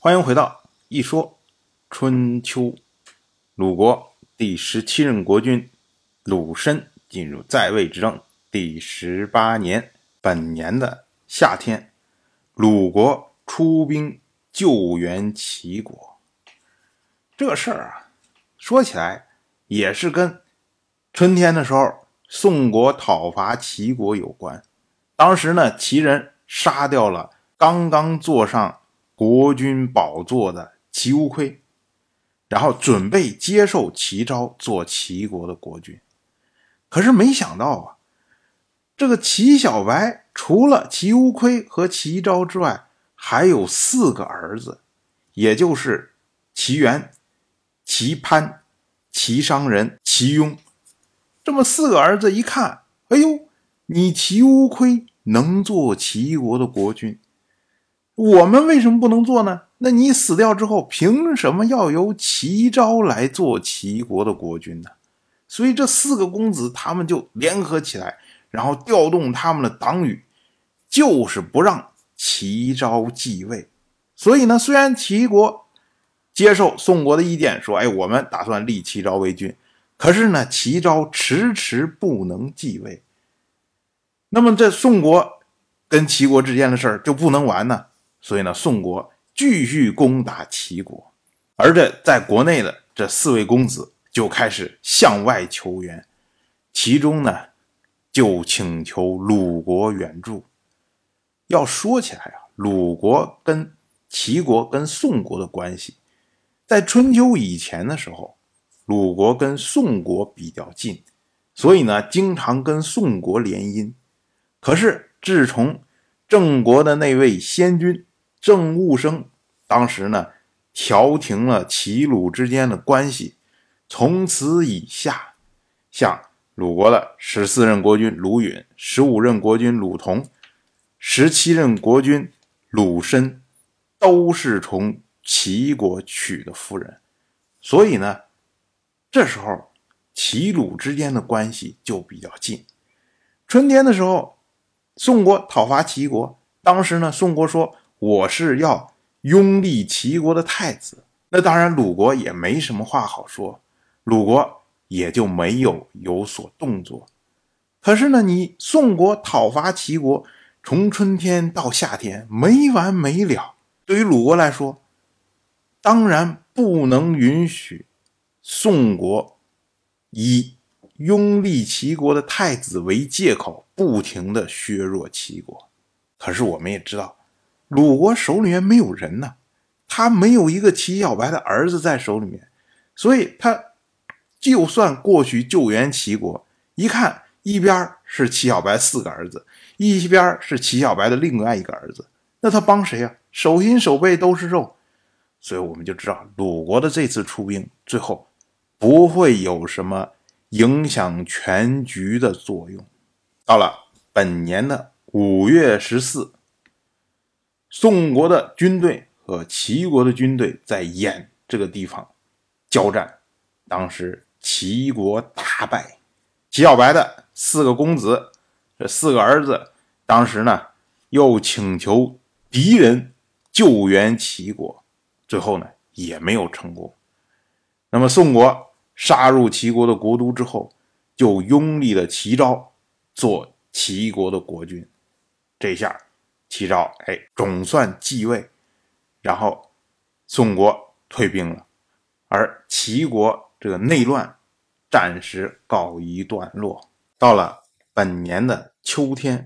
欢迎回到一说春秋。鲁国第17任国君鲁申进入在位执政第18年，本年的夏天，鲁国出兵救援齐国。这事儿啊，说起来也是跟春天的时候宋国讨伐齐国有关。当时呢，齐人杀掉了刚刚坐上国君宝座的齐乌亏，然后准备接受齐昭做齐国的国君。可是没想到啊，这个齐小白除了齐乌亏和齐昭之外，还有4个儿子，也就是齐元、齐潘、齐商人、齐雍。这么4个儿子一看，哎呦，你齐乌亏能做齐国的国君，我们为什么不能做呢？那你死掉之后，凭什么要由齐昭来做齐国的国君呢？所以这4个公子他们就联合起来，然后调动他们的党羽，就是不让齐昭继位。所以呢，虽然齐国接受宋国的意见，说我们打算立齐昭为君，可是呢，齐昭迟迟不能继位。那么这宋国跟齐国之间的事儿就不能完呢，所以呢，宋国继续攻打齐国。而这在国内的这4位公子就开始向外求援，其中呢就请求鲁国援助。要说起来啊，鲁国跟齐国跟宋国的关系，在春秋以前的时候，鲁国跟宋国比较近，所以呢经常跟宋国联姻。可是自从郑国的那位先君郑务生当时呢调停了齐鲁之间的关系，从此以下，像鲁国的14任国君鲁允、15任国君鲁同、17任国君鲁申，都是从齐国娶的夫人。所以呢，这时候齐鲁之间的关系就比较近。春天的时候，宋国讨伐齐国，当时呢，宋国说我是要拥立齐国的太子，那当然鲁国也没什么话好说，鲁国也就没有所动作。可是呢，你宋国讨伐齐国，从春天到夏天没完没了，对于鲁国来说，当然不能允许宋国以拥立齐国的太子为借口，不停地削弱齐国。可是我们也知道，鲁国手里面没有人呢，他没有一个齐小白的儿子在手里面，所以他就算过去救援齐国，一看一边是齐小白4个儿子，一边是齐小白的另外一个儿子，那他帮谁啊？手心手背都是肉。所以我们就知道鲁国的这次出兵最后不会有什么影响全局的作用。到了本年的5月14，宋国的军队和齐国的军队在兖这个地方交战，当时齐国大败。齐小白的4个公子，这4个儿子，当时呢又请求敌人救援齐国，最后呢也没有成功。那么宋国杀入齐国的国都之后，就拥立了齐昭做齐国的国君。这下齐昭总算继位，然后宋国退兵了，而齐国这个内乱暂时告一段落。到了本年的秋天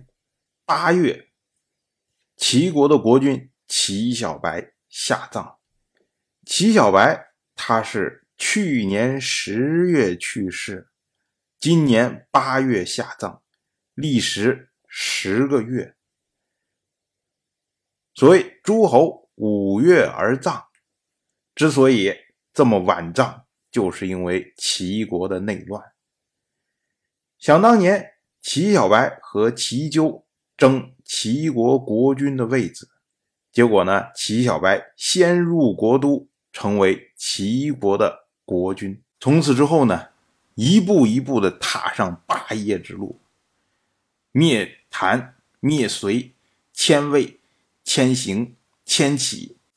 8月，齐国的国君齐小白下葬。齐小白他是去年10月去世，今年8月下葬，历时10个月。所谓诸侯5月而葬，之所以这么晚葬，就是因为齐国的内乱。想当年齐小白和齐纠争齐国国君的位置，结果呢，齐小白先入国都，成为齐国的国君。从此之后呢，一步一步的踏上霸业之路，灭谭、灭隋、迁魏、迁邢、迁启，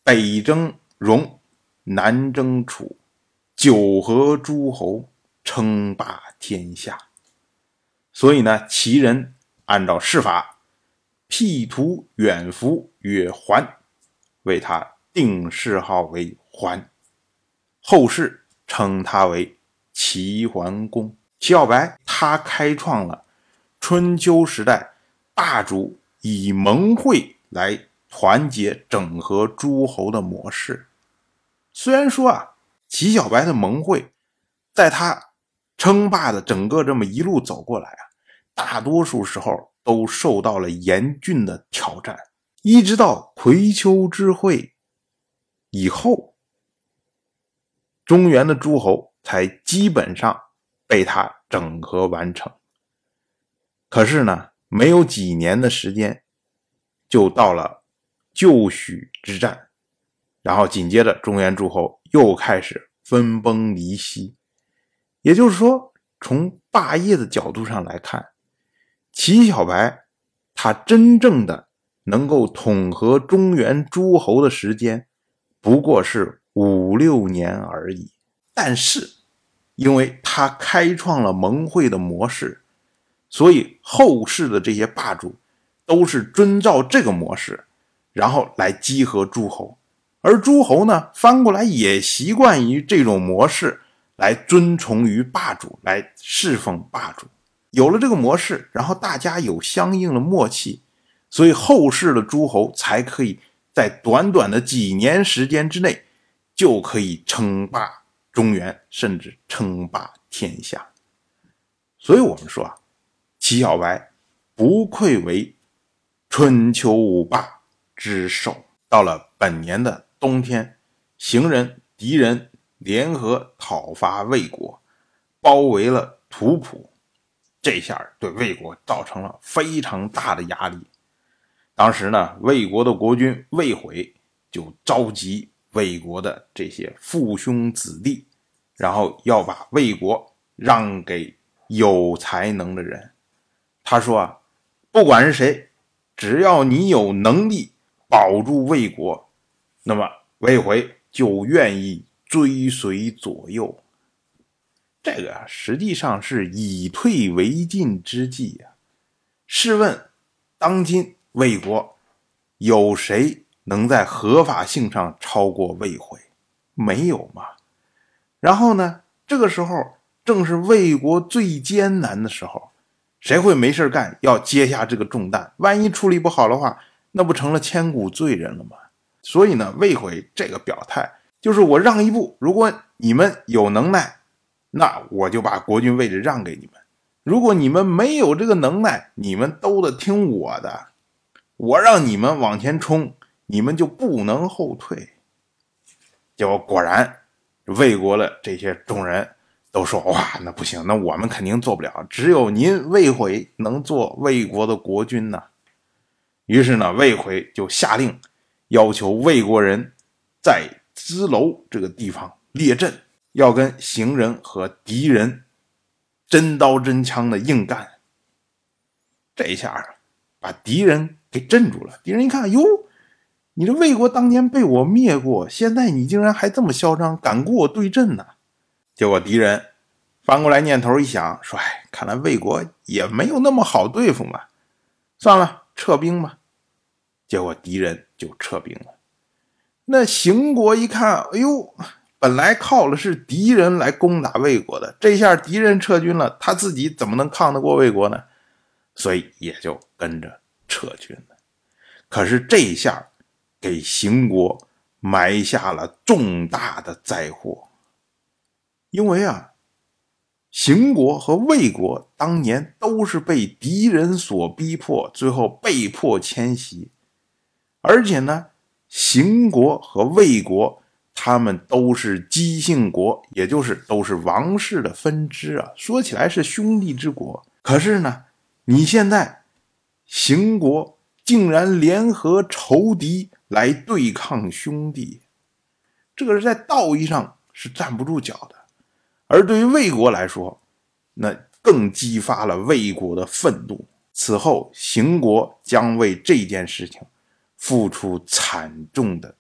北征戎，南征楚，九合诸侯，称霸天下。所以呢，齐人按照谥法，辟图远服，曰桓，为他定谥号为桓，后世称他为齐桓公。齐小白他开创了春秋时代霸主以盟会来团结整合诸侯的模式。虽然说齐小白的盟会在他称霸的整个这么一路走过来大多数时候都受到了严峻的挑战，一直到葵丘之会以后，中原的诸侯才基本上被他整合完成。可是呢，没有几年的时间，就到了旧许之战，然后紧接着中原诸侯又开始分崩离析。也就是说，从霸业的角度上来看，齐小白他真正的能够统合中原诸侯的时间不过是5-6年而已。但是因为他开创了盟会的模式，所以后世的这些霸主都是遵照这个模式，然后来集合诸侯。而诸侯呢，翻过来也习惯于这种模式来遵从于霸主，来侍奉霸主。有了这个模式，然后大家有相应的默契，所以后世的诸侯才可以在短短的几年时间之内就可以称霸中原，甚至称霸天下。所以我们说齐小白不愧为春秋五霸之首。到了本年的冬天，邢人、狄人联合讨伐魏国，包围了图谱。这下对魏国造成了非常大的压力。当时呢，魏国的国君魏悔就召集魏国的这些父兄子弟，然后要把魏国让给有才能的人。他说不管是谁，只要你有能力保住魏国，那么魏悔就愿意追随左右。这个实际上是以退为进之计试问当今魏国有谁能在合法性上超过魏悔？没有嘛。然后呢，这个时候正是魏国最艰难的时候，谁会没事干要接下这个重担？万一处理不好的话，那不成了千古罪人了吗？所以呢，魏悔这个表态就是我让一步，如果你们有能耐，那我就把国君位置让给你们。如果你们没有这个能耐，你们都得听我的，我让你们往前冲，你们就不能后退。结果果然魏国的这些众人都说哇，那不行，那我们肯定做不了，只有您魏悔能做魏国的国君呢。于是呢，魏悔就下令要求魏国人在支楼这个地方列阵，要跟邢人和狄人真刀真枪的硬干。这一下把狄人给镇住了。狄人一看，哟，你这魏国当年被我灭过，现在你竟然还这么嚣张，敢跟我对阵呢？结果狄人翻过来念头一想，说看来魏国也没有那么好对付嘛，算了，撤兵吧。结果狄人就撤兵了。那邢国一看，哎呦，本来靠的是敌人来攻打魏国的，这下敌人撤军了，他自己怎么能抗得过魏国呢？所以也就跟着撤军了。可是这一下给邢国埋下了重大的灾祸。因为邢国和魏国当年都是被敌人所逼迫，最后被迫迁徙。而且呢，邢国和魏国他们都是姬姓国，也就是都是王室的分支说起来是兄弟之国。可是呢，你现在邢国竟然联合仇敌来对抗兄弟，这个是在道义上是站不住脚的。而对于魏国来说，那更激发了魏国的愤怒。此后邢国将为这件事情付出惨重的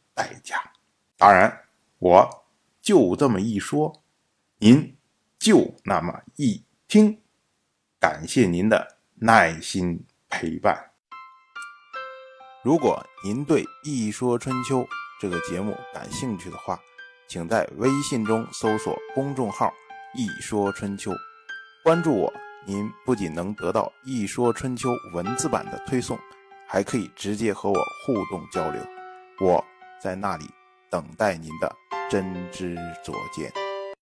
代价。当然，我就这么一说，您就那么一听，感谢您的耐心陪伴。如果您对《一说春秋》这个节目感兴趣的话，请在微信中搜索公众号“一说春秋”，关注我，您不仅能得到《一说春秋》文字版的推送，还可以直接和我互动交流。我在那里等待您的真知灼见。